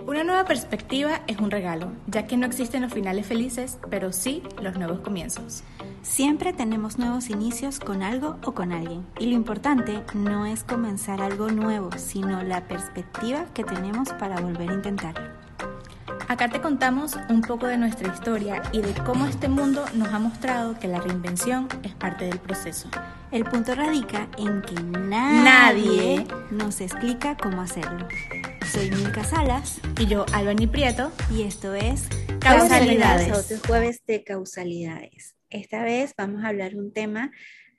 Una nueva perspectiva es un regalo, ya que no existen los finales felices, pero sí los nuevos comienzos. Siempre tenemos nuevos inicios con algo o con alguien. Y lo importante no es comenzar algo nuevo, sino la perspectiva que tenemos para volver a intentarlo. Acá te contamos un poco de nuestra historia y de cómo este mundo nos ha mostrado que la reinvención es parte del proceso. El punto radica en que nadie nos explica cómo hacerlo. Soy Milka Salas. Y yo, Albany Prieto. Y esto es Causalidades. A otro jueves de causalidades. Esta vez vamos a hablar de un tema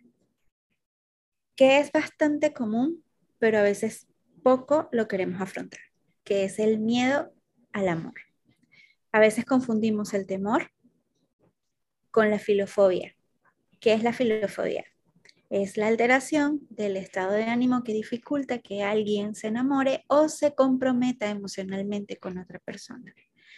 que es bastante común, pero a veces poco lo queremos afrontar, que es el miedo al amor. A veces confundimos el temor con la filofobia. ¿Qué es la filofobia? Es la alteración del estado de ánimo que dificulta que alguien se enamore o se comprometa emocionalmente con otra persona.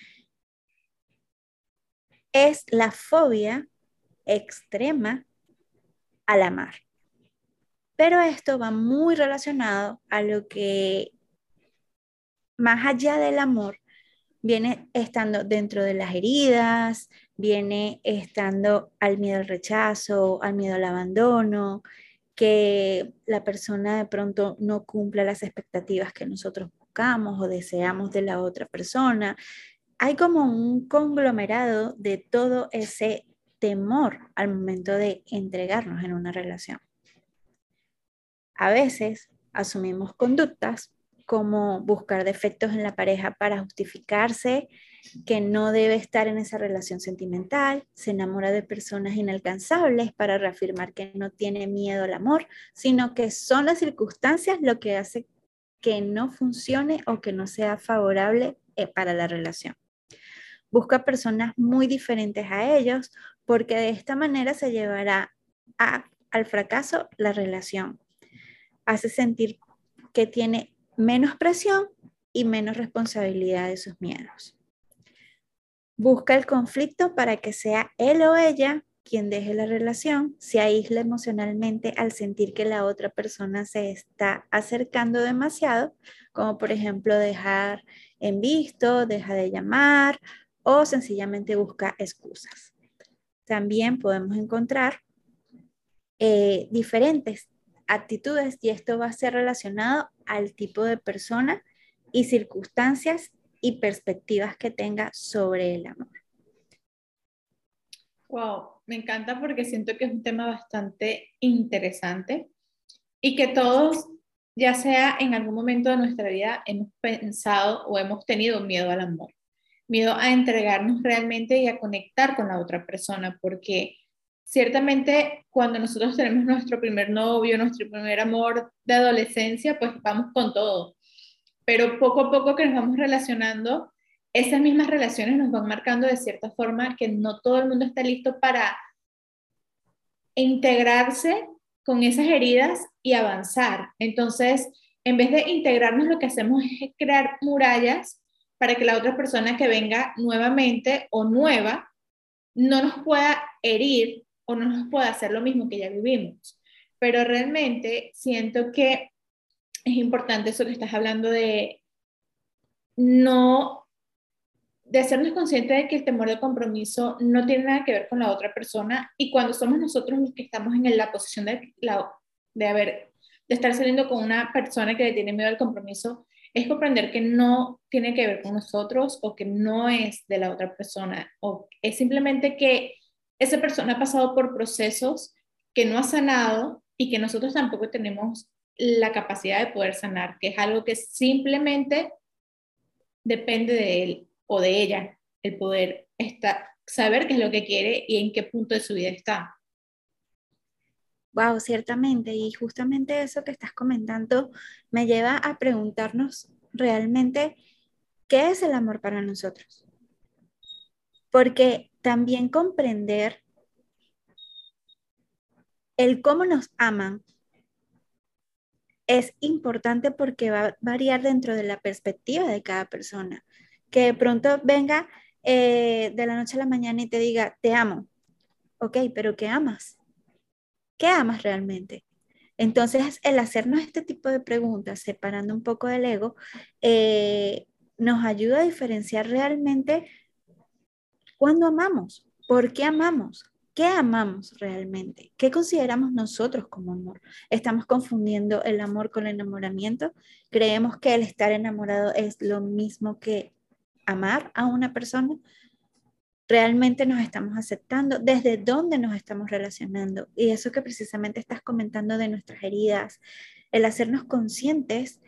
Es la fobia extrema al amar. Pero esto va muy relacionado a lo que, más allá del amor, viene estando dentro de las heridas, viene estando al miedo al rechazo, al miedo al abandono, que la persona de pronto no cumpla las expectativas que nosotros buscamos o deseamos de la otra persona. Hay como un conglomerado de todo ese temor al momento de entregarnos en una relación. A veces asumimos conductas como buscar defectos en la pareja para justificarse que no debe estar en esa relación sentimental, se enamora de personas inalcanzables para reafirmar que no tiene miedo al amor, sino que son las circunstancias lo que hace que no funcione o que no sea favorable para la relación. Busca personas muy diferentes a ellos porque de esta manera se llevará al fracaso la relación. Hace sentir que tiene menos presión y menos responsabilidad de sus miedos. Busca el conflicto para que sea él o ella quien deje la relación, se aísla emocionalmente al sentir que la otra persona se está acercando demasiado, como por ejemplo dejar en visto, deja de llamar o sencillamente busca excusas. También podemos encontrar diferentes actitudes y esto va a ser relacionado al tipo de persona y circunstancias y perspectivas que tenga sobre el amor. Wow, me encanta porque siento que es un tema bastante interesante y que todos, ya sea en algún momento de nuestra vida, hemos pensado o hemos tenido miedo al amor, miedo a entregarnos realmente y a conectar con la otra persona, porque ciertamente cuando nosotros tenemos nuestro primer novio, nuestro primer amor de adolescencia, pues vamos con todo, pero poco a poco que nos vamos relacionando, esas mismas relaciones nos van marcando de cierta forma que no todo el mundo está listo para integrarse con esas heridas y avanzar. Entonces, en vez de integrarnos, lo que hacemos es crear murallas para que la otra persona que venga nuevamente o nueva no nos pueda herir o no nos pueda hacer lo mismo que ya vivimos. Pero realmente siento que es importante eso que estás hablando de no, de hacernos conscientes de que el temor de compromiso no tiene nada que ver con la otra persona y cuando somos nosotros los que estamos en la posición de estar saliendo con una persona que le tiene miedo al compromiso, es comprender que no tiene que ver con nosotros o que no es de la otra persona o es simplemente que esa persona ha pasado por procesos que no ha sanado y que nosotros tampoco tenemos la capacidad de poder sanar, que es algo que simplemente depende de él o de ella, el poder saber qué es lo que quiere y en qué punto de su vida está. Wow, ciertamente, y justamente eso que estás comentando me lleva a preguntarnos realmente qué es el amor para nosotros. Porque también comprender el cómo nos aman es importante porque va a variar dentro de la perspectiva de cada persona. Que de pronto venga de la noche a la mañana y te diga, te amo. Ok, pero ¿qué amas? ¿Qué amas realmente? Entonces, el hacernos este tipo de preguntas, separando un poco del ego, nos ayuda a diferenciar realmente cuándo amamos, por qué amamos, qué amamos realmente, qué consideramos nosotros como amor. ¿Estamos confundiendo el amor con el enamoramiento? ¿Creemos que el estar enamorado es lo mismo que amar a una persona? ¿Realmente nos estamos aceptando? ¿Desde dónde nos estamos relacionando? Y eso que precisamente estás comentando de nuestras heridas, el hacernos conscientes,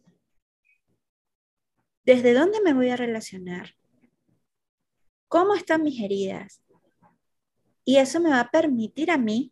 ¿desde dónde me voy a relacionar? ¿Cómo están mis heridas? Y eso me va a permitir a mí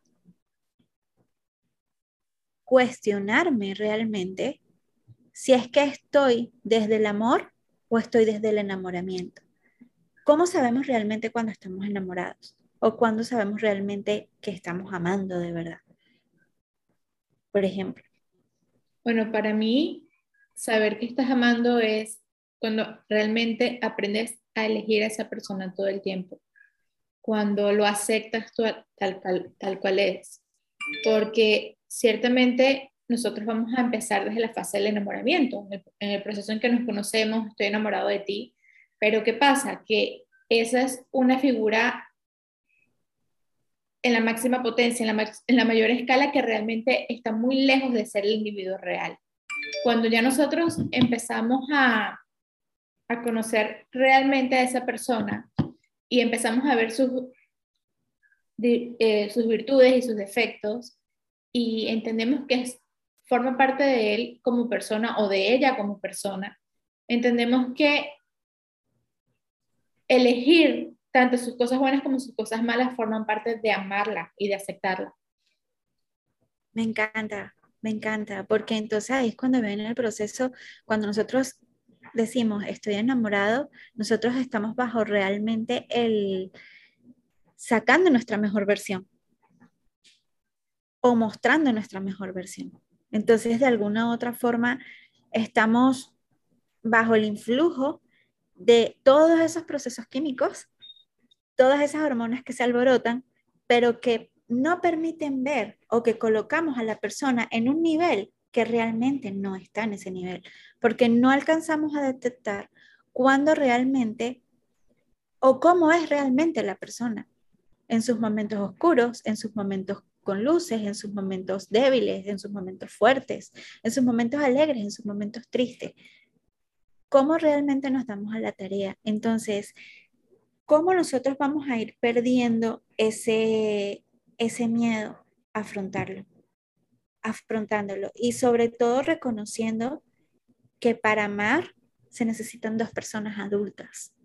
cuestionarme realmente si es que estoy desde el amor o estoy desde el enamoramiento. ¿Cómo sabemos realmente cuando estamos enamorados? ¿O cuándo sabemos realmente que estamos amando de verdad? Por ejemplo. Bueno, para mí, saber que estás amando es cuando realmente aprendes a elegir a esa persona todo el tiempo, cuando lo aceptas tal cual es, porque ciertamente nosotros vamos a empezar desde la fase del enamoramiento, en el proceso en que nos conocemos, estoy enamorado de ti, pero ¿qué pasa? Que esa es una figura en la máxima potencia, en la mayor escala, que realmente está muy lejos de ser el individuo real. Cuando ya nosotros empezamos a conocer realmente a esa persona y empezamos a ver sus virtudes y sus defectos y entendemos que forma parte de él como persona o de ella como persona, entendemos que elegir tanto sus cosas buenas como sus cosas malas forman parte de amarla y de aceptarla. Me encanta, porque entonces ahí es cuando viene el proceso, cuando nosotros decimos estoy enamorado, nosotros estamos bajo realmente el sacando nuestra mejor versión o mostrando nuestra mejor versión. Entonces, de alguna u otra forma, estamos bajo el influjo de todos esos procesos químicos, todas esas hormonas que se alborotan, pero que no permiten ver o que colocamos a la persona en un nivel que realmente no está en ese nivel, porque no alcanzamos a detectar cuándo realmente o cómo es realmente la persona en sus momentos oscuros, en sus momentos con luces, en sus momentos débiles, en sus momentos fuertes, en sus momentos alegres, en sus momentos tristes. ¿Cómo realmente nos damos a la tarea? Entonces, ¿cómo nosotros vamos a ir perdiendo ese miedo a afrontarlo, afrontándolo y sobre todo reconociendo que para amar se necesitan dos personas adultas?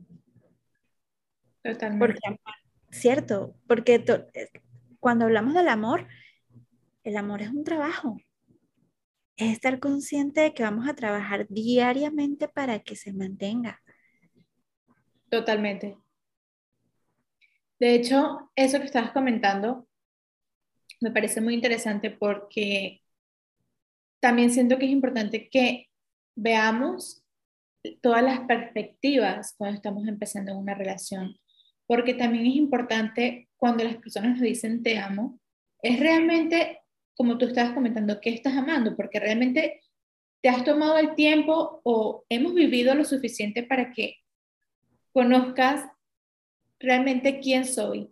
Totalmente. Porque, cierto, porque cuando hablamos del amor, el amor es un trabajo, es estar consciente de que vamos a trabajar diariamente para que se mantenga. Totalmente. De hecho, eso que estabas comentando me parece muy interesante porque también siento que es importante que veamos todas las perspectivas cuando estamos empezando una relación, porque también es importante cuando las personas nos dicen te amo, es realmente, como tú estabas comentando, qué estás amando, porque realmente te has tomado el tiempo o hemos vivido lo suficiente para que conozcas realmente quién soy.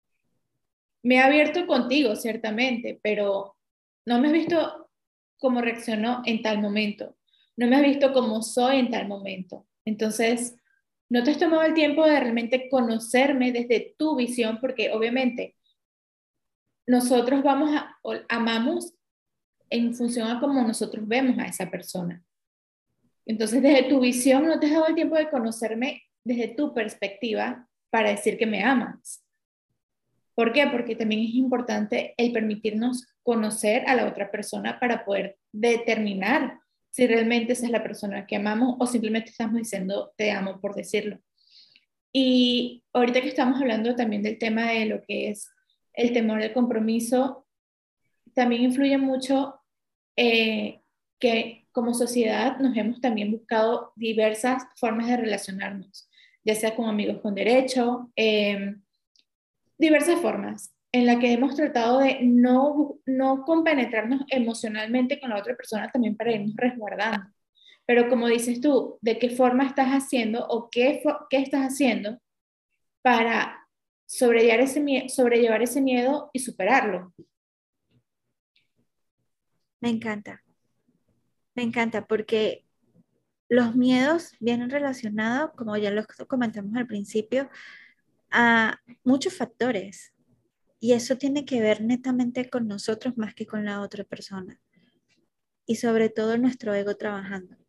Me he abierto contigo, ciertamente, pero no me has visto cómo reaccionó en tal momento. No me has visto cómo soy en tal momento. Entonces, no te has tomado el tiempo de realmente conocerme desde tu visión, porque obviamente nosotros amamos en función a cómo nosotros vemos a esa persona. Entonces, desde tu visión, no te has dado el tiempo de conocerme desde tu perspectiva para decir que me amas. ¿Por qué? Porque también es importante el permitirnos conocer a la otra persona para poder determinar si realmente esa es la persona que amamos o simplemente estamos diciendo te amo por decirlo. Y ahorita que estamos hablando también del tema de lo que es el temor del compromiso, también influye mucho que como sociedad nos hemos también buscado diversas formas de relacionarnos, ya sea con amigos con derecho, diversas formas en la que hemos tratado de no compenetrarnos emocionalmente con la otra persona también para irnos resguardando. Pero como dices tú, ¿de qué forma estás haciendo o qué estás haciendo para sobrellevar ese miedo y superarlo? Me encanta porque los miedos vienen relacionados, como ya lo comentamos al principio, a muchos factores. Y eso tiene que ver netamente con nosotros más que con la otra persona. Y sobre todo nuestro ego trabajando.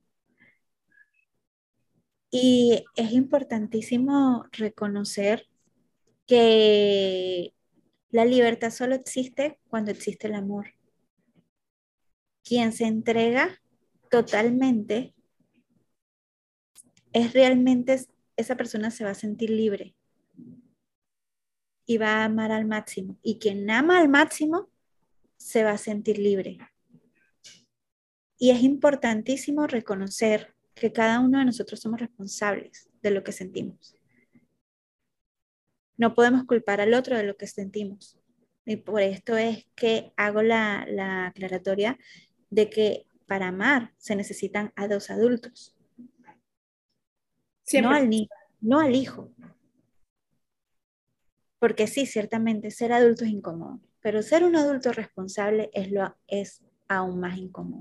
Y es importantísimo reconocer que la libertad solo existe cuando existe el amor. Quien se entrega totalmente es realmente, esa persona se va a sentir libre y va a amar al máximo. Y quien ama al máximo se va a sentir libre. Y es importantísimo reconocer que cada uno de nosotros somos responsables de lo que sentimos. No podemos culpar al otro de lo que sentimos. Y por esto es que hago la aclaratoria de que para amar se necesitan a dos adultos, no Siempre. al niño, no al hijo. Porque sí, ciertamente ser adulto es incómodo, pero ser un adulto responsable es aún más incómodo.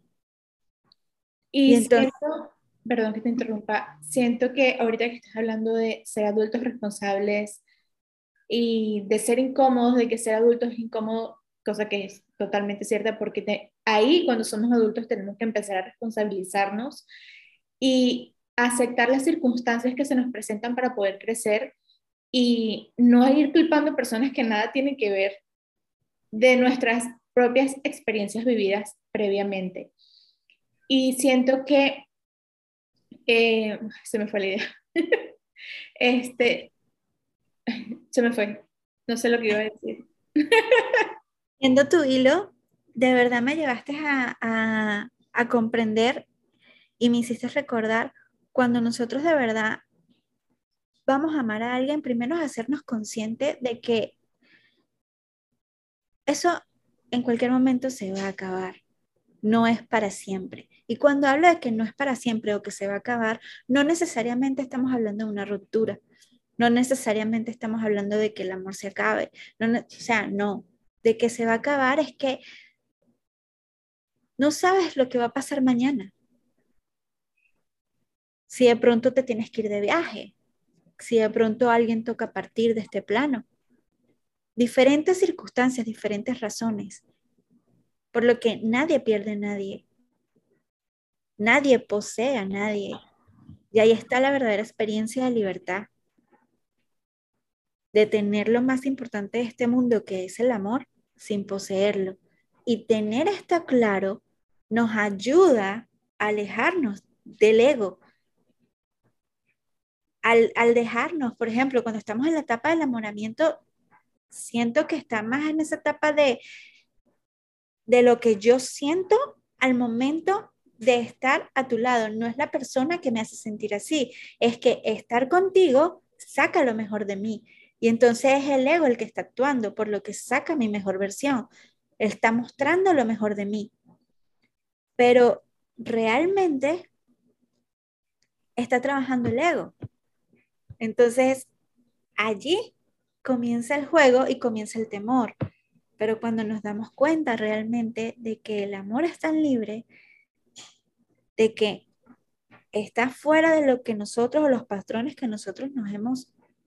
Y Y entonces, siento, perdón que te interrumpa, siento que ahorita que estás hablando de ser adultos responsables y de ser incómodos, de que ser adultos es incómodo, cosa que es totalmente cierta, porque ahí cuando somos adultos tenemos que empezar a responsabilizarnos y aceptar las circunstancias que se nos presentan para poder crecer y no ir culpando a personas que nada tienen que ver de nuestras propias experiencias vividas previamente. Y siento que se me fue la idea. Este, se me fue. No sé lo que iba a decir. viendo tu hilo, de verdad me llevaste a comprender y me hiciste recordar cuando nosotros de verdad vamos a amar a alguien, primero es hacernos consciente de que eso en cualquier momento se va a acabar, no es para siempre. Y cuando hablo de que no es para siempre o que se va a acabar, no necesariamente estamos hablando de una ruptura, no necesariamente estamos hablando de que el amor se acabe, o sea, no, de que se va a acabar es que no sabes lo que va a pasar mañana. Si de pronto te tienes que ir de viaje, si de pronto alguien toca partir de este plano, diferentes circunstancias, diferentes razones, por lo que nadie pierde a nadie, nadie posee a nadie. Y ahí está la verdadera experiencia de libertad, de tener lo más importante de este mundo, que es el amor, sin poseerlo. Y tener esto claro nos ayuda a alejarnos del ego. Al dejarnos, por ejemplo, cuando estamos en la etapa del enamoramiento, siento que está más en esa etapa de lo que yo siento al momento de estar a tu lado. No es la persona que me hace sentir así, es que estar contigo saca lo mejor de mí. Y entonces es el ego el que está actuando, por lo que saca mi mejor versión. Está mostrando lo mejor de mí. Pero realmente está trabajando el ego. Entonces allí comienza el juego y comienza el temor. Pero cuando nos damos cuenta realmente de que el amor es tan libre, de que está fuera de lo que nosotros o los patrones que nosotros nos hemos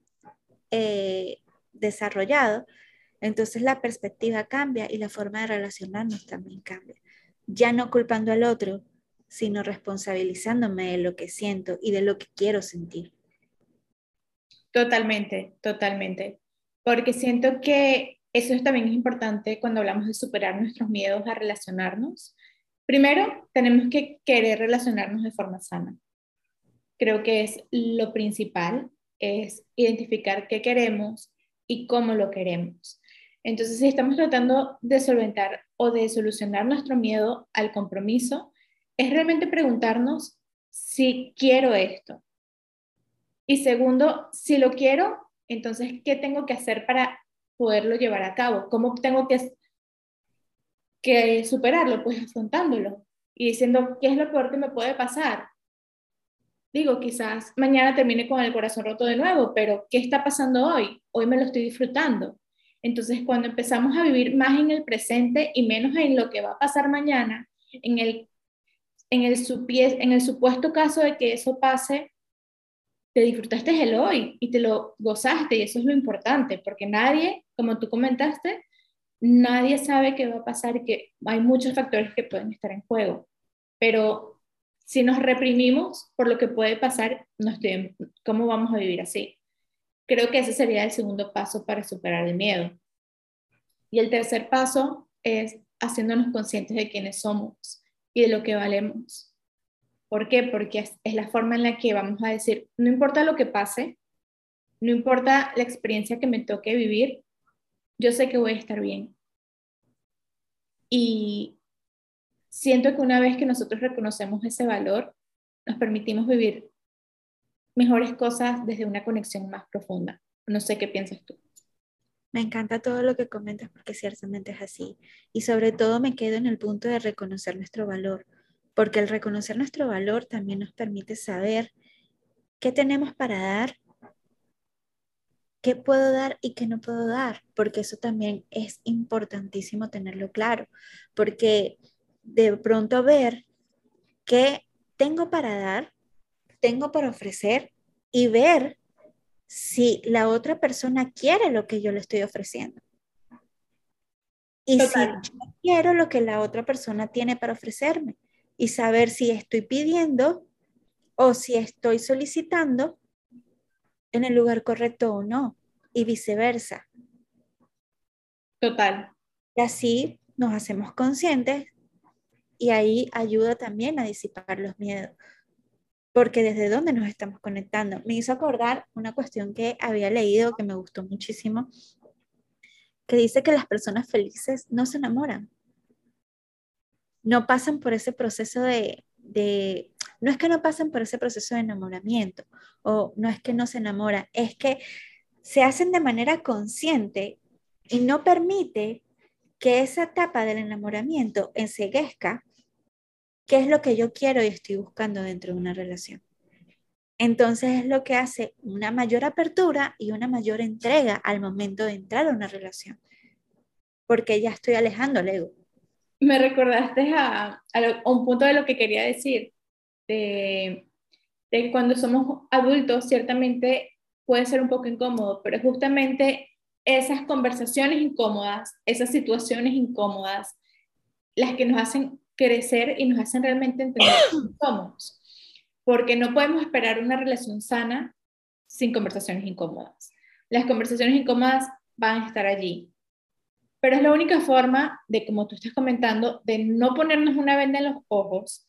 desarrollado, entonces la perspectiva cambia y la forma de relacionarnos también cambia. Ya no culpando al otro, sino responsabilizándome de lo que siento y de lo que quiero sentir. Totalmente, totalmente. Porque siento que también es importante cuando hablamos de superar nuestros miedos a relacionarnos. Primero, tenemos que querer relacionarnos de forma sana. Creo que es lo principal, es identificar qué queremos y cómo lo queremos. Entonces, si estamos tratando de solventar o de solucionar nuestro miedo al compromiso, es realmente preguntarnos si quiero esto. Y segundo, si lo quiero, entonces, ¿qué tengo que hacer para poderlo llevar a cabo? ¿Cómo tengo que superarlo? Pues afrontándolo. y diciendo, ¿qué es lo peor que me puede pasar? Digo, quizás mañana termine con el corazón roto de nuevo, pero ¿qué está pasando hoy? Hoy me lo estoy disfrutando. Entonces, cuando empezamos a vivir más en el presente y menos en lo que va a pasar mañana, en el supuesto caso de que eso pase, te disfrutaste el hoy y te lo gozaste, y eso es lo importante, porque nadie, como tú comentaste, nadie sabe qué va a pasar y que hay muchos factores que pueden estar en juego. Pero si nos reprimimos por lo que puede pasar, no estoy, ¿cómo vamos a vivir así? Creo que ese sería el segundo paso para superar el miedo. Y el tercer paso es haciéndonos conscientes de quiénes somos y de lo que valemos. ¿Por qué? Porque es la forma en la que vamos a decir, no importa lo que pase, no importa la experiencia que me toque vivir, yo sé que voy a estar bien. Y siento que una vez que nosotros reconocemos ese valor, nos permitimos vivir mejores cosas desde una conexión más profunda. No sé qué piensas tú. Me encanta todo lo que comentas porque ciertamente es así. Y sobre todo me quedo en el punto de reconocer nuestro valor, porque el reconocer nuestro valor también nos permite saber qué tenemos para dar, qué puedo dar y qué no puedo dar, porque eso también es importantísimo tenerlo claro, porque de pronto ver qué tengo para dar, tengo para ofrecer y ver si la otra persona quiere lo que yo le estoy ofreciendo. Y si Total. yo quiero lo que la otra persona tiene para ofrecerme y saber si estoy pidiendo o si estoy solicitando en el lugar correcto o no, y viceversa. Total. Y así nos hacemos conscientes y ahí ayuda también a disipar los miedos, porque desde dónde nos estamos conectando. Me hizo acordar una cuestión que había leído que me gustó muchísimo, que dice que las personas felices no se enamoran, no pasan por ese proceso no es que no pasen por ese proceso de enamoramiento o no es que no se enamoran, es que se hacen de manera consciente y no permite que esa etapa del enamoramiento enceguezca qué es lo que yo quiero y estoy buscando dentro de una relación. Entonces es lo que hace una mayor apertura y una mayor entrega al momento de entrar a una relación, porque ya estoy alejando al ego. Me recordaste a un punto de lo que quería decir, de, de que cuando somos adultos ciertamente puede ser un poco incómodo, pero justamente esas conversaciones incómodas, esas situaciones incómodas, las que nos hacen crecer y nos hacen realmente entender quién somos, porque no podemos esperar una relación sana sin conversaciones incómodas. Las conversaciones incómodas van a estar allí, pero es la única forma de, como tú estás comentando, de no ponernos una venda en los ojos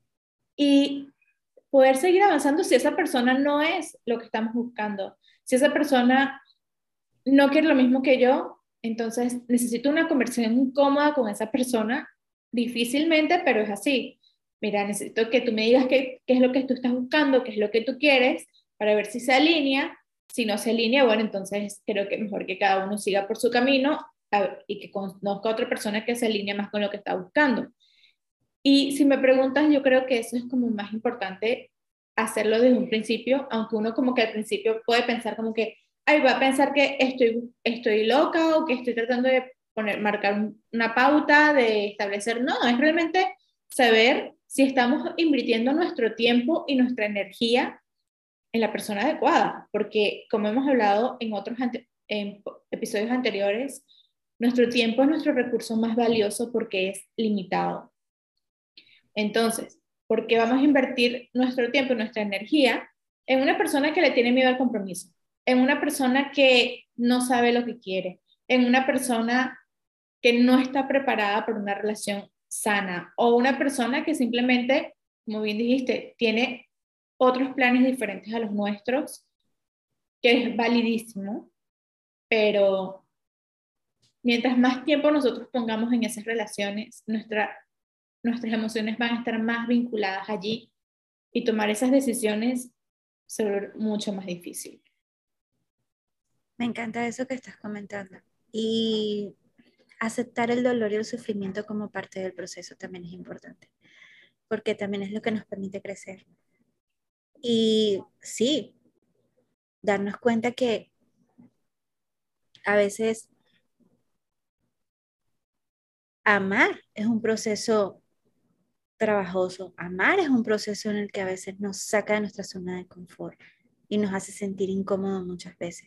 y poder seguir avanzando si esa persona no es lo que estamos buscando. Si esa persona no quiere lo mismo que yo, entonces necesito una conversación incómoda con esa persona, difícilmente, pero es así. Mira, necesito que tú me digas qué es lo que tú estás buscando, qué es lo que tú quieres, para ver si se alinea. Si no se alinea, bueno, entonces creo que es mejor que cada uno siga por su camino y que conozca a otra persona que se alinee más con lo que está buscando. Y si me preguntas, yo creo que eso es como más importante hacerlo desde un principio, aunque uno como que al principio puede pensar como que, ay, va a pensar que estoy loca o que estoy tratando de marcar una pauta, de establecer, no, es realmente saber si estamos invirtiendo nuestro tiempo y nuestra energía en la persona adecuada, porque como hemos hablado en en episodios anteriores, nuestro tiempo es nuestro recurso más valioso porque es limitado. Entonces, ¿por qué vamos a invertir nuestro tiempo y nuestra energía en una persona que le tiene miedo al compromiso? En una persona que no sabe lo que quiere, en una persona que no está preparada para una relación sana o una persona que simplemente, como bien dijiste, tiene otros planes diferentes a los nuestros, que es validísimo, pero mientras más tiempo nosotros pongamos en esas relaciones, nuestras emociones van a estar más vinculadas allí y tomar esas decisiones se vuelve mucho más difícil. Me encanta eso que estás comentando. Y aceptar el dolor y el sufrimiento como parte del proceso también es importante. porque también es lo que nos permite crecer. Y sí, darnos cuenta que a veces amar es un proceso trabajoso, amar es un proceso en el que a veces nos saca de nuestra zona de confort y nos hace sentir incómodos muchas veces.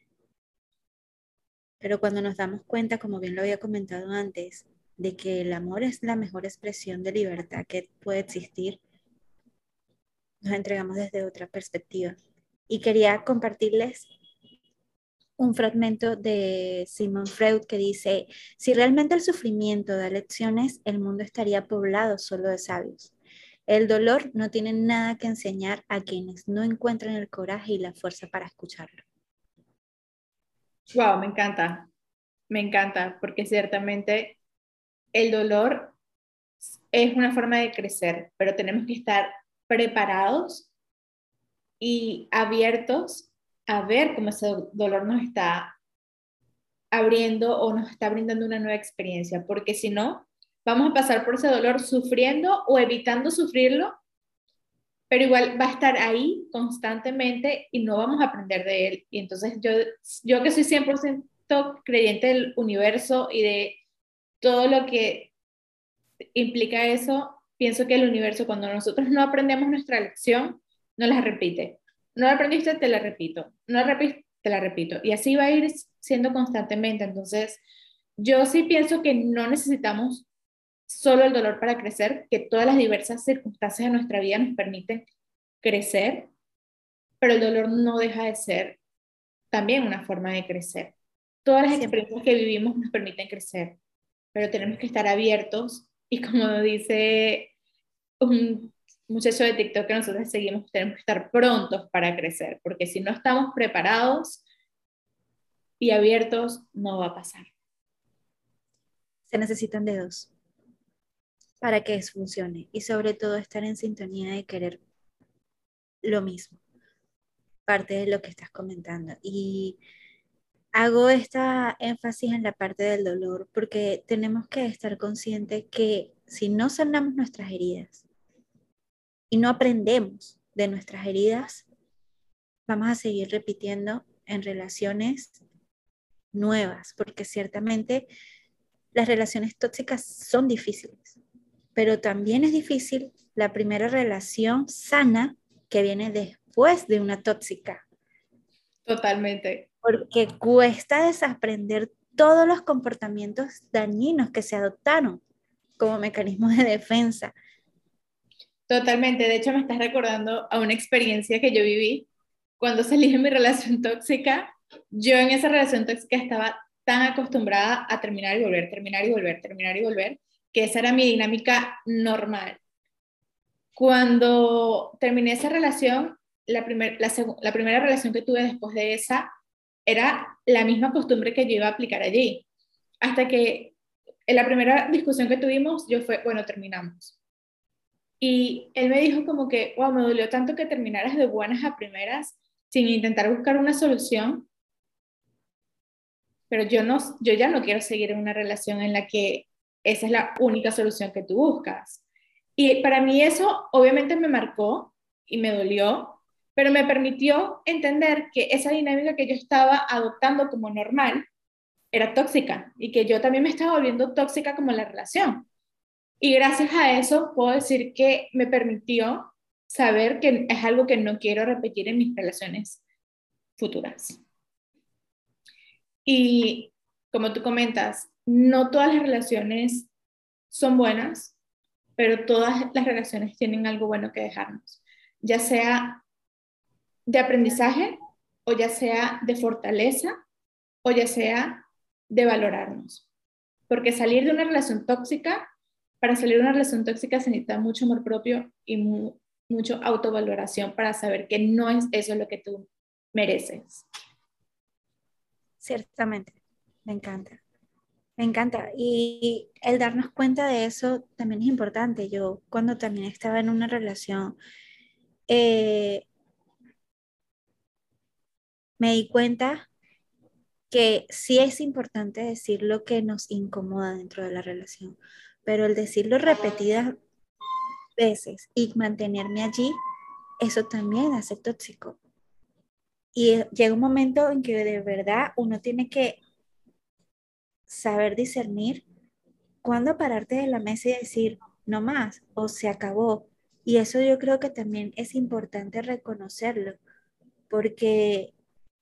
Pero cuando nos damos cuenta, como bien lo había comentado antes, de que el amor es la mejor expresión de libertad que puede existir, nos entregamos desde otra perspectiva. Y quería compartirles un fragmento de Sigmund Freud que dice, si realmente el sufrimiento da lecciones, el mundo estaría poblado solo de sabios. El dolor no tiene nada que enseñar a quienes no encuentran el coraje y la fuerza para escucharlo. Wow, me encanta, porque ciertamente el dolor es una forma de crecer, pero tenemos que estar preparados y abiertos a ver cómo ese dolor nos está abriendo o nos está brindando una nueva experiencia, porque si no, vamos a pasar por ese dolor sufriendo o evitando sufrirlo, pero igual va a estar ahí constantemente y no vamos a aprender de él. Y entonces yo que soy 100% creyente del universo y de todo lo que implica eso, pienso que el universo, cuando nosotros no aprendemos nuestra lección, no la repite. No la aprendiste, te la repito. No la repito, te la repito. Y así va a ir siendo constantemente. Entonces, yo sí pienso que no necesitamos solo el dolor para crecer, que todas las diversas circunstancias de nuestra vida nos permiten crecer, pero el dolor no deja de ser también una forma de crecer. Todas las Siempre. experiencias que vivimos nos permiten crecer, pero tenemos que estar abiertos y como dice un muchacho de TikTok que nosotros seguimos, tenemos que estar prontos para crecer, porque si no estamos preparados y abiertos, no va a pasar. Se necesitan de dos para que eso funcione y sobre todo estar en sintonía de querer lo mismo, parte de lo que estás comentando. Y hago esta énfasis en la parte del dolor porque tenemos que estar conscientes que si no sanamos nuestras heridas y no aprendemos de nuestras heridas, vamos a seguir repitiendo en relaciones nuevas, porque ciertamente las relaciones tóxicas son difíciles, pero también es difícil la primera relación sana que viene después de una tóxica, Totalmente. porque cuesta desaprender todos los comportamientos dañinos que se adoptaron como mecanismo de defensa. Totalmente. De hecho, me estás recordando a una experiencia que yo viví cuando salí de mi relación tóxica. Yo en esa relación tóxica estaba tan acostumbrada a terminar y volver, terminar y volver, terminar y volver, que esa era mi dinámica normal. Cuando terminé esa relación, la primera relación que tuve después de esa era la misma costumbre que yo iba a aplicar allí. Hasta que en la primera discusión que tuvimos, yo fue, bueno, terminamos. Y él me dijo como que, wow, me dolió tanto que terminaras de buenas a primeras sin intentar buscar una solución, pero yo ya no quiero seguir en una relación en la que esa es la única solución que tú buscas. Y para mí eso obviamente me marcó y me dolió, pero me permitió entender que esa dinámica que yo estaba adoptando como normal era tóxica y que yo también me estaba volviendo tóxica como la relación. Y gracias a eso puedo decir que me permitió saber que es algo que no quiero repetir en mis relaciones futuras. Y como tú comentas, no todas las relaciones son buenas, pero todas las relaciones tienen algo bueno que dejarnos, ya sea de aprendizaje o ya sea de fortaleza o ya sea de valorarnos. Porque salir de una relación tóxica, para salir de una relación tóxica se necesita mucho amor propio y mucho autovaloración para saber que no es eso lo que tú mereces. Ciertamente, me encanta. Me encanta. Y el darnos cuenta de eso también es importante. Yo cuando también estaba en una relación, eh, me di cuenta que sí es importante decir lo que nos incomoda dentro de la relación, pero el decirlo repetidas veces y mantenerme allí, eso también hace tóxico. Y llega un momento en que de verdad uno tiene que saber discernir cuándo pararte de la mesa y decir, no más, o se acabó. Y eso yo creo que también es importante reconocerlo, porque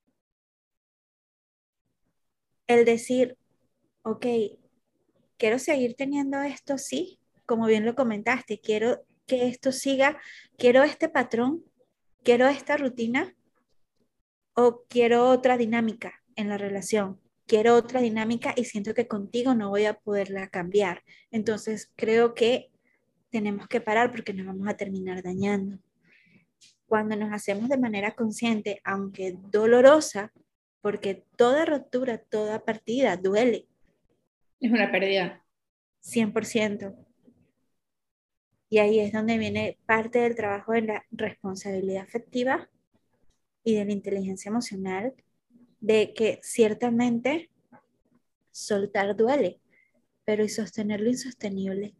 el decir, ok, quiero seguir teniendo esto, sí, como bien lo comentaste, quiero que esto siga, quiero este patrón, quiero esta rutina o quiero otra dinámica en la relación. Quiero otra dinámica y siento que contigo no voy a poderla cambiar. Entonces creo que tenemos que parar porque nos vamos a terminar dañando. Cuando nos hacemos de manera consciente, aunque dolorosa, porque toda ruptura, toda partida duele, Es una pérdida. 100%. Y ahí es donde viene parte del trabajo de la responsabilidad afectiva y de la inteligencia emocional, de que ciertamente soltar duele, pero y sostener lo insostenible.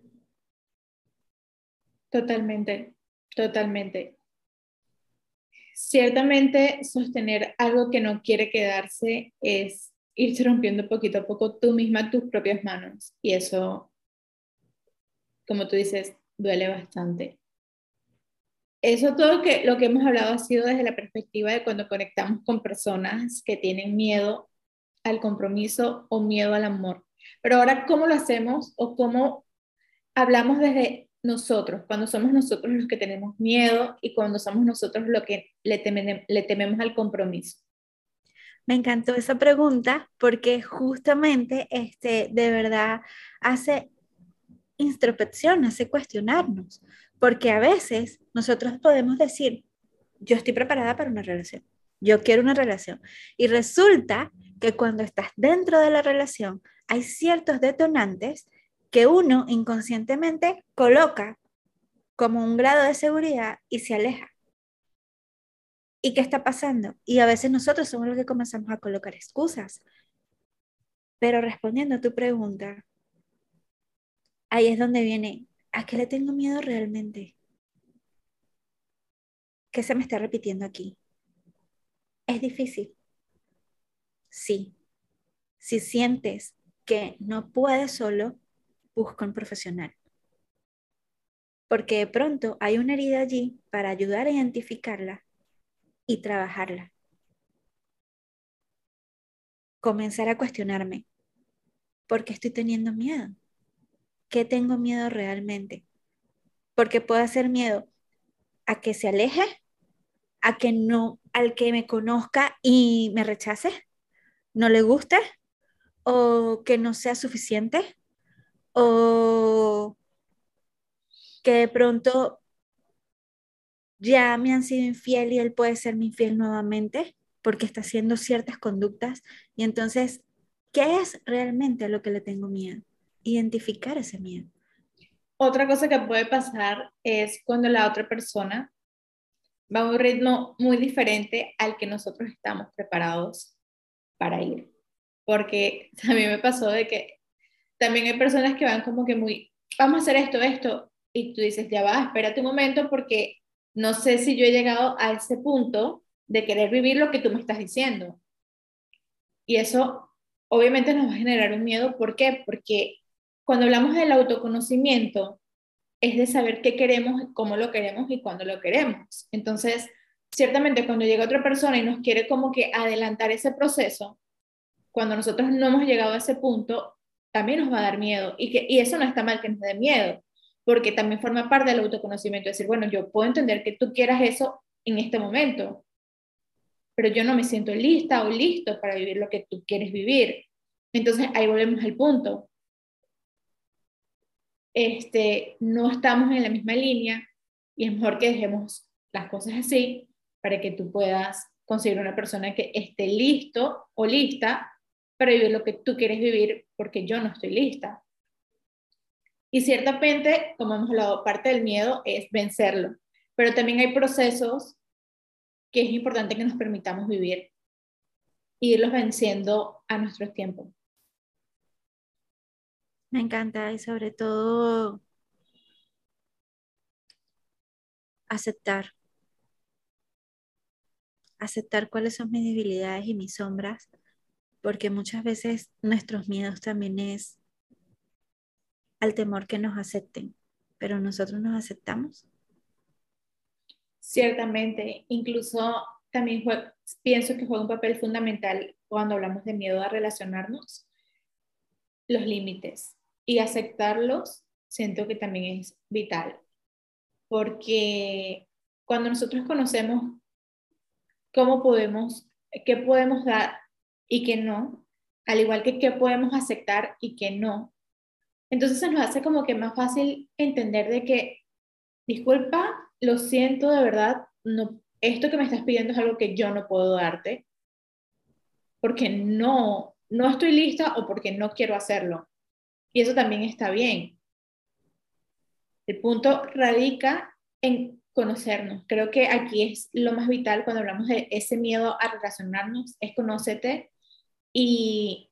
Totalmente, totalmente. Ciertamente, sostener algo que no quiere quedarse es irse rompiendo poquito a poco tú misma tus propias manos. Y eso, como tú dices, duele bastante. Eso todo lo que hemos hablado ha sido desde la perspectiva de cuando conectamos con personas que tienen miedo al compromiso o miedo al amor. Pero ahora, ¿cómo lo hacemos o cómo hablamos desde nosotros, cuando somos nosotros los que tenemos miedo y cuando somos nosotros los que le tememos al compromiso? Me encantó esa pregunta porque justamente de verdad hace introspección, hace cuestionarnos, porque a veces nosotros podemos decir, yo estoy preparada para una relación, yo quiero una relación, y resulta que cuando estás dentro de la relación hay ciertos detonantes que uno inconscientemente coloca como un grado de seguridad y se aleja. ¿Y qué está pasando? Y a veces nosotros somos los que comenzamos a colocar excusas. Pero respondiendo a tu pregunta, ahí es donde viene, ¿a qué le tengo miedo realmente? ¿Qué se me está repitiendo aquí? ¿Es difícil? Sí. Si sientes que no puedes solo, busca un profesional. Porque de pronto hay una herida allí para ayudar a identificarla y trabajarla. Comenzar a cuestionarme, ¿por qué estoy teniendo miedo? ¿Qué tengo miedo realmente? Porque puede ser miedo a que se aleje, a que no, al que me conozca y me rechace, no le guste, o que no sea suficiente, o que de pronto ya me han sido infiel y él puede serme infiel nuevamente porque está haciendo ciertas conductas. Y entonces, ¿qué es realmente a lo que le tengo miedo? Identificar ese miedo. Otra cosa que puede pasar es cuando la otra persona va a un ritmo muy diferente al que nosotros estamos preparados para ir. Porque a mí me pasó de que también hay personas que van como que muy, vamos a hacer esto, y tú dices, ya va, espérate un momento porque no sé si yo he llegado a ese punto de querer vivir lo que tú me estás diciendo. Y eso obviamente nos va a generar un miedo. ¿Por qué? Porque cuando hablamos del autoconocimiento, es de saber qué queremos, cómo lo queremos y cuándo lo queremos. Entonces, ciertamente cuando llega otra persona y nos quiere como que adelantar ese proceso, cuando nosotros no hemos llegado a ese punto, también nos va a dar miedo. Y eso no está mal que nos dé miedo, porque también forma parte del autoconocimiento. Decir, bueno, yo puedo entender que tú quieras eso en este momento, pero yo no me siento lista o listo para vivir lo que tú quieres vivir. Entonces ahí volvemos al punto. No estamos en la misma línea y es mejor que dejemos las cosas así para que tú puedas conseguir una persona que esté listo o lista para vivir lo que tú quieres vivir, porque yo no estoy lista. Y ciertamente, como hemos hablado, parte del miedo es vencerlo, pero también hay procesos que es importante que nos permitamos vivir e irlos venciendo a nuestros tiempos. Me encanta y sobre todo aceptar, aceptar cuáles son mis debilidades y mis sombras, porque muchas veces nuestros miedos también es al temor que nos acepten, pero nosotros nos aceptamos. Ciertamente, incluso también pienso que juega un papel fundamental cuando hablamos de miedo a relacionarnos, los límites y aceptarlos, siento que también es vital, porque cuando nosotros conocemos cómo podemos, qué podemos dar y qué no, al igual que qué podemos aceptar y qué no, entonces se nos hace como que más fácil entender de que, disculpa, lo siento de verdad, no, esto que me estás pidiendo es algo que yo no puedo darte, porque no estoy lista o porque no quiero hacerlo. Y eso también está bien. El punto radica en conocernos. Creo que aquí es lo más vital cuando hablamos de ese miedo a relacionarnos, es conócete y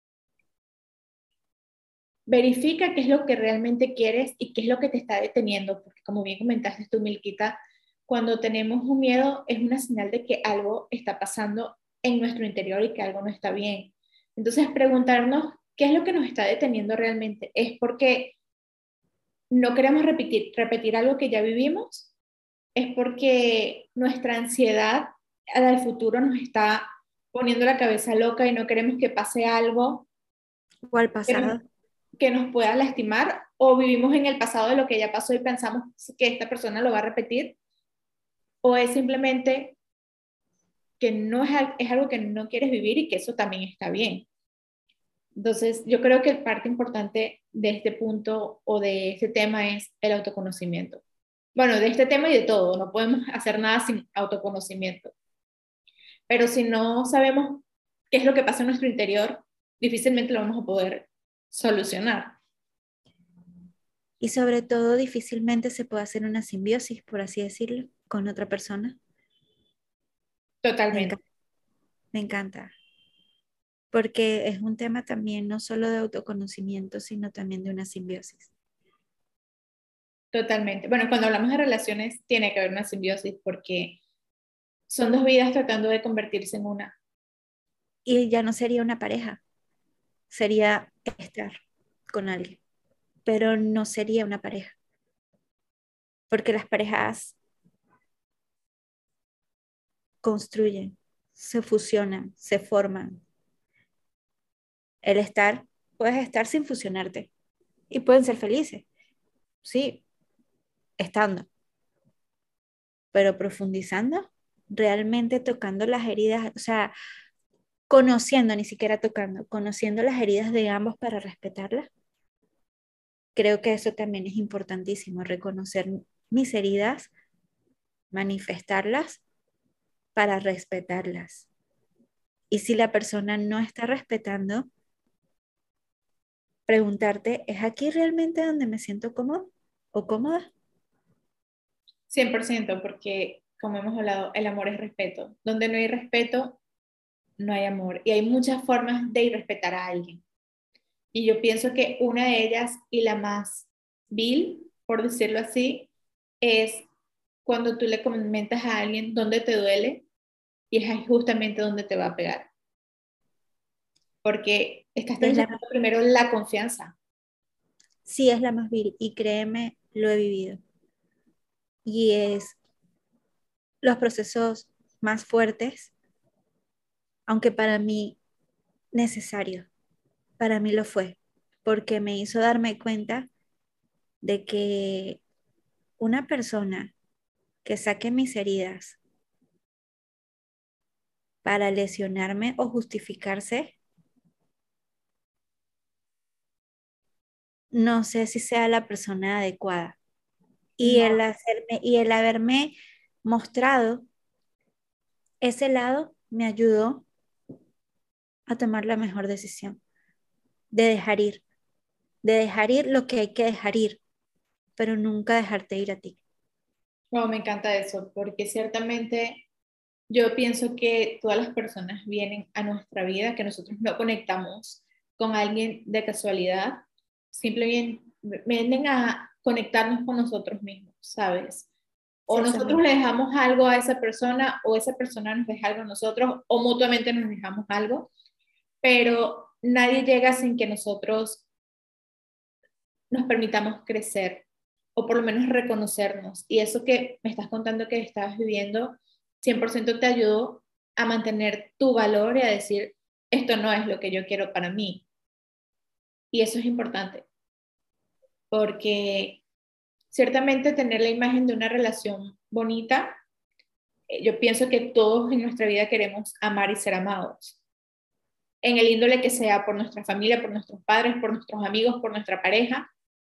verifica qué es lo que realmente quieres y qué es lo que te está deteniendo, porque como bien comentaste tú, Milquita, cuando tenemos un miedo es una señal de que algo está pasando en nuestro interior y que algo no está bien. Entonces, preguntarnos qué es lo que nos está deteniendo realmente. ¿Es porque no queremos repetir algo que ya vivimos? ¿Es porque nuestra ansiedad al futuro nos está poniendo la cabeza loca y no queremos que pase algo O al que nos, pasado. que nos pueda lastimar? ¿O vivimos en el pasado de lo que ya pasó y pensamos que esta persona lo va a repetir? ¿O es simplemente que no es algo que no quieres vivir y que eso también está bien? Entonces, yo creo que parte importante de este punto o de este tema es el autoconocimiento. Bueno, de este tema y de todo, no podemos hacer nada sin autoconocimiento. Pero si no sabemos qué es lo que pasa en nuestro interior, difícilmente lo vamos a poder solucionar. Y sobre todo, difícilmente se puede hacer una simbiosis, por así decirlo, con otra persona. Me Totalmente, encanta, me encanta, porque es un tema también no solo de autoconocimiento, sino también de una simbiosis. totalmente. Bueno, cuando hablamos de relaciones, tiene que haber una simbiosis porque son dos vidas tratando de convertirse en una. Y ya no sería una pareja, sería estar con alguien, pero no sería una pareja, porque las parejas construyen, se fusionan, se forman. El estar, puedes estar sin fusionarte y pueden ser felices, sí, estando, pero profundizando, realmente tocando las heridas, o sea, conociendo, ni siquiera tocando, conociendo las heridas de ambos para respetarlas. Creo que eso también es importantísimo, reconocer mis heridas, manifestarlas para respetarlas. Y si la persona no está respetando, preguntarte, ¿es aquí realmente donde me siento cómodo o cómoda? 100%, porque como hemos hablado, el amor es respeto. Donde no hay respeto, no hay amor. Y hay muchas formas de irrespetar a alguien. Y yo pienso que una de ellas, y la más vil, por decirlo así, es cuando tú le comentas a alguien dónde te duele y es ahí justamente donde te va a pegar. Porque estás Es la, traicionando primero la confianza. sí, es la más vil y créeme, lo he vivido. Y es los procesos más fuertes, aunque para mí necesario, para mí lo fue, porque me hizo darme cuenta de que una persona que saque mis heridas para lesionarme o justificarse, no sé si sea la persona adecuada. Y No, el haberme mostrado ese lado me ayudó a tomar la mejor decisión, de dejar ir, de dejar ir lo que hay que dejar ir, pero nunca dejarte ir a ti. no, me encanta eso, porque ciertamente yo pienso que todas las personas vienen a nuestra vida, que nosotros no conectamos con alguien de casualidad, simplemente vienen a conectarnos con nosotros mismos, ¿sabes? O Sí, eso es nosotros verdad. le dejamos algo a esa persona, o esa persona nos deja algo a nosotros, o mutuamente nos dejamos algo, pero nadie llega sin que nosotros nos permitamos crecer, o por lo menos reconocernos. Y eso que me estás contando que estabas viviendo, 100% te ayudó a mantener tu valor y a decir, esto no es lo que yo quiero para mí. Y eso es importante, porque ciertamente tener la imagen de una relación bonita, yo pienso que todos en nuestra vida queremos amar y ser amados, en el índole que sea, por nuestra familia, por nuestros padres, por nuestros amigos, por nuestra pareja.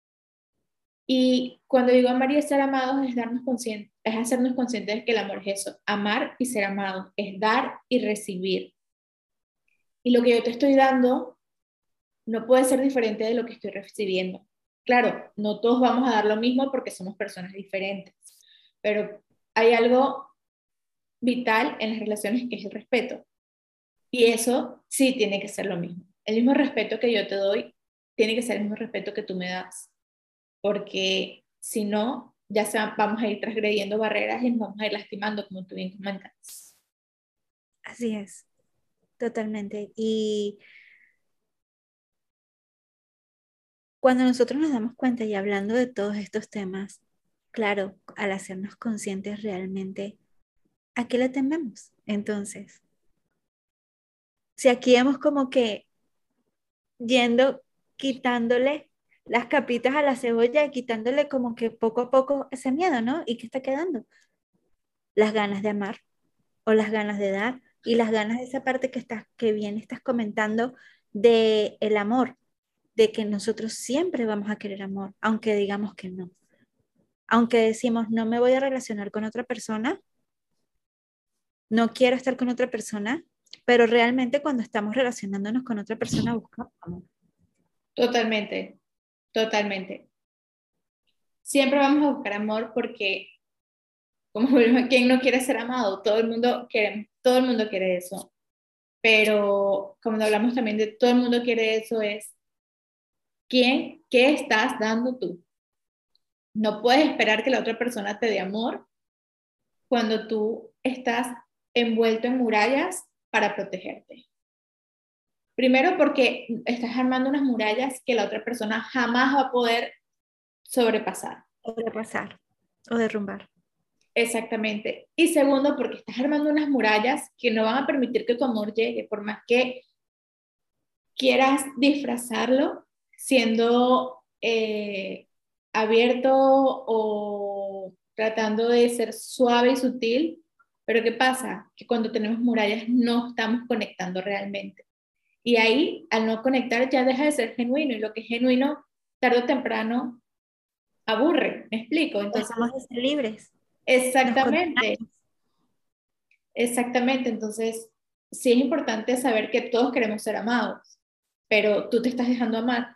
Y cuando digo amar y ser amados es darnos conscientes, es hacernos conscientes de que el amor es eso, amar y ser amados, es dar y recibir. Y lo que yo te estoy dando no puede ser diferente de lo que estoy recibiendo. Claro, no todos vamos a dar lo mismo porque somos personas diferentes, pero hay algo vital en las relaciones que es el respeto. Y eso sí tiene que ser lo mismo. El mismo respeto que yo te doy tiene que ser el mismo respeto que tú me das, porque si no, vamos a ir transgrediendo barreras y nos vamos a ir lastimando, como tú bien comentas. Así es, totalmente. Y cuando nosotros nos damos cuenta y hablando de todos estos temas, claro, al hacernos conscientes realmente, ¿a qué le tememos? Entonces, si aquí hemos como que yendo, quitándole las capitas a la cebolla y quitándole como que poco a poco ese miedo, ¿no? ¿Y qué está quedando? Las ganas de amar o las ganas de dar y las ganas de esa parte que bien estás comentando de el amor, de que nosotros siempre vamos a querer amor, aunque digamos que no. Aunque decimos no me voy a relacionar con otra persona, no quiero estar con otra persona, pero realmente cuando estamos relacionándonos con otra persona buscamos amor. Totalmente, totalmente. Siempre vamos a buscar amor porque, como volvemos, ¿quién no quiere ser amado? Todo el mundo quiere eso. Pero como hablamos también de todo el mundo quiere eso, es ¿qué estás dando tú? No puedes esperar que la otra persona te dé amor cuando tú estás envuelto en murallas para protegerte. Primero porque estás armando unas murallas que la otra persona jamás va a poder sobrepasar. O repasar o derrumbar. Exactamente. Y segundo porque estás armando unas murallas que no van a permitir que tu amor llegue, por más que quieras disfrazarlo siendo abierto o tratando de ser suave y sutil, pero ¿qué pasa? Que cuando tenemos murallas no estamos conectando realmente. Y ahí, al no conectar, ya deja de ser genuino, y lo que es genuino, tarde o temprano, aburre, ¿me explico? Entonces, Dejamos de ser libres, nos exactamente, condenamos. exactamente. Entonces, sí es importante saber que todos queremos ser amados, pero tú te estás dejando amar,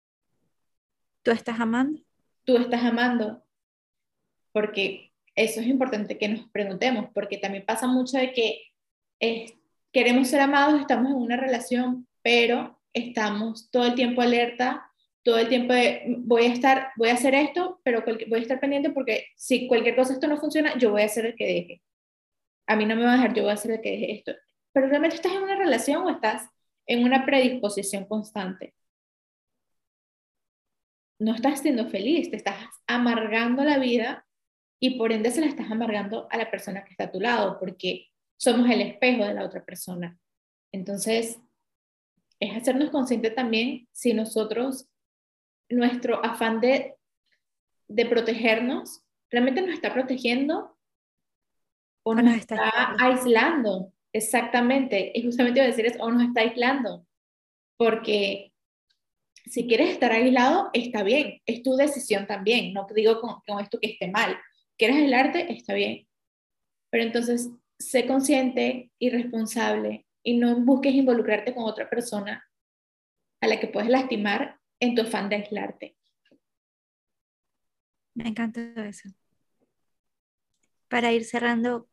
¿Tú estás amando? tú estás amando, porque eso es importante que nos preguntemos, porque también pasa mucho de que eh, queremos ser amados, estamos en una relación, pero estamos todo el tiempo alerta, todo el tiempo de voy a hacer esto, pero voy a estar pendiente porque si cualquier cosa esto no funciona, yo voy a ser el que deje. A mí no me va a dejar, yo voy a ser el que deje esto. Pero realmente estás en una relación o estás en una predisposición constante. No estás siendo feliz, te estás amargando la vida y por ende se la estás amargando a la persona que está a tu lado, porque somos el espejo de la otra persona. Entonces, es hacernos conscientes también si nosotros, nuestro afán de protegernos, realmente nos está protegiendo o ¿O nos nos está está ayudando? aislando. Exactamente, y justamente iba a decir eso, o nos está aislando, porque si quieres estar aislado, está bien, es tu decisión también, no te digo con esto que esté mal. ¿Quieres aislarte? Está bien, pero entonces sé consciente y responsable y no busques involucrarte con otra persona a la que puedes lastimar en tu afán de aislarte. Me encanta eso. Para ir cerrando,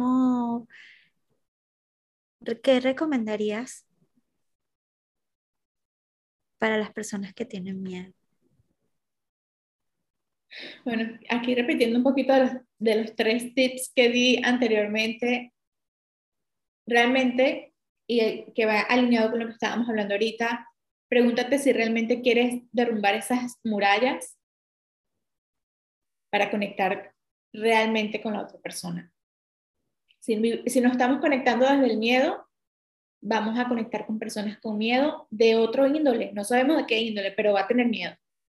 ¿qué recomendarías para las personas que tienen miedo? Bueno, aquí repitiendo un poquito de los 3 tips que di anteriormente, realmente, y que va alineado con lo que estábamos hablando ahorita, pregúntate si realmente quieres derrumbar esas murallas para conectar realmente con la otra persona. Si nos estamos conectando desde el miedo, vamos a conectar con personas con miedo de otro índole. No sabemos de qué índole, pero va a tener miedo.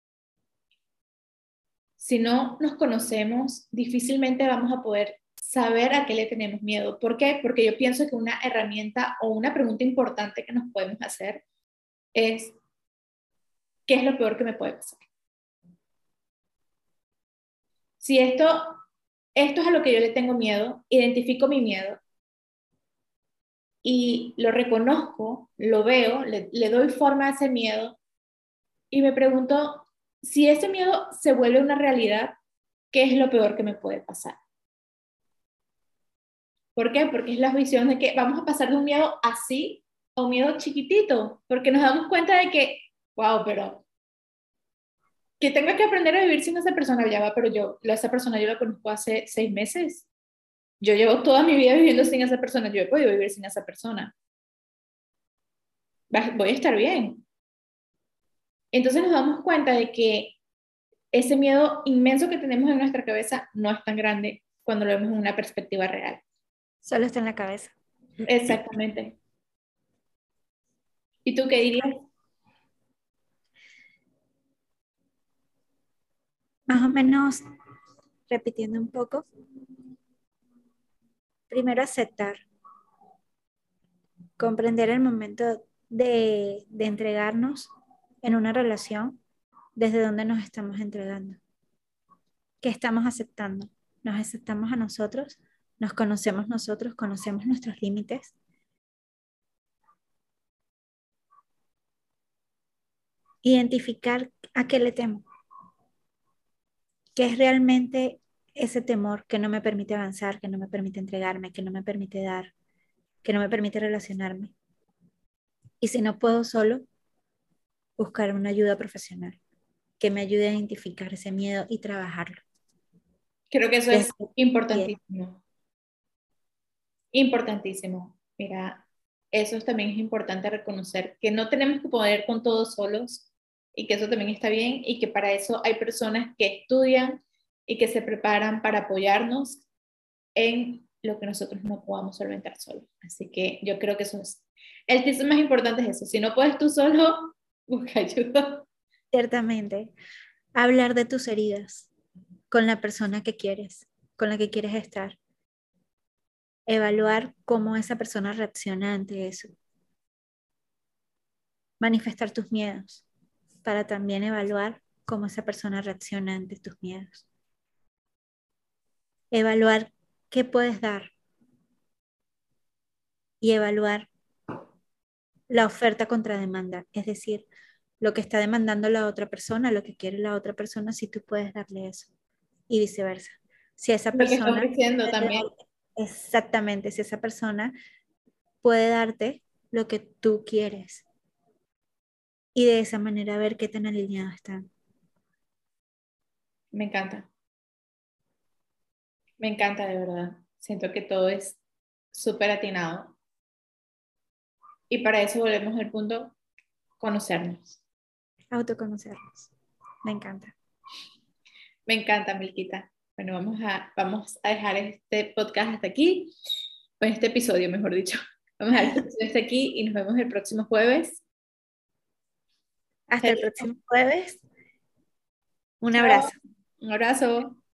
Si no nos conocemos, difícilmente vamos a poder saber a qué le tenemos miedo. ¿Por qué? Porque yo pienso que una herramienta o una pregunta importante que nos podemos hacer es, ¿qué es lo peor que me puede pasar? Si esto es a lo que yo le tengo miedo, identifico mi miedo y lo reconozco, lo veo, le doy forma a ese miedo y me pregunto, si ese miedo se vuelve una realidad, ¿qué es lo peor que me puede pasar? ¿Por qué? Porque es la visión de que vamos a pasar de un miedo así a un miedo chiquitito, porque nos damos cuenta de que, wow, pero que tenga que aprender a vivir sin esa persona, ya va, pero esa persona yo la conozco hace 6 meses. Yo llevo toda mi vida viviendo sin esa persona, yo he podido vivir sin esa persona. Voy a estar bien. Entonces nos damos cuenta de que ese miedo inmenso que tenemos en nuestra cabeza no es tan grande cuando lo vemos en una perspectiva real. Solo está en la cabeza. Exactamente. ¿Y tú qué dirías? Más o menos, repitiendo un poco, primero aceptar, comprender el momento de entregarnos en una relación, desde donde nos estamos entregando, qué estamos aceptando, nos aceptamos a nosotros, conocemos nuestros límites. Identificar a qué le temo, qué es realmente ese temor que no me permite avanzar, que no me permite entregarme, que no me permite dar, que no me permite relacionarme. Y si no puedo solo, buscar una ayuda profesional que me ayude a identificar ese miedo y trabajarlo. Creo que eso es Desde importantísimo. Importantísimo. Mira, eso también es importante reconocer que no tenemos que poder con todos solos y que eso también está bien y que para eso hay personas que estudian y que se preparan para apoyarnos en lo que nosotros no podamos solventar solos. Así que yo creo que eso es, el tip más importante es eso. Si no puedes tú solo, busca ayuda. Ciertamente, hablar de tus heridas con la persona que quieres, con la que quieres estar. Evaluar cómo esa persona reacciona ante eso. Manifestar tus miedos para también evaluar cómo esa persona reacciona ante tus miedos. Evaluar qué puedes dar y evaluar la oferta contra demanda, es decir, lo que está demandando la otra persona, lo que quiere la otra persona, si tú puedes darle eso y viceversa. Si esa Lo que está persona, ofreciendo también. exactamente, si esa persona puede darte lo que tú quieres y de esa manera ver qué tan alineados están. Me encanta. Me encanta de verdad. Siento que todo es súper atinado. Y para eso volvemos al punto, conocernos. Autoconocernos. Me encanta. Me encanta, Milquita. Bueno, vamos a dejar este podcast hasta aquí, o este episodio, mejor dicho. Vamos a dejar este episodio hasta aquí y nos vemos el próximo jueves. Hasta el próximo jueves. Un Chao. abrazo. Un abrazo.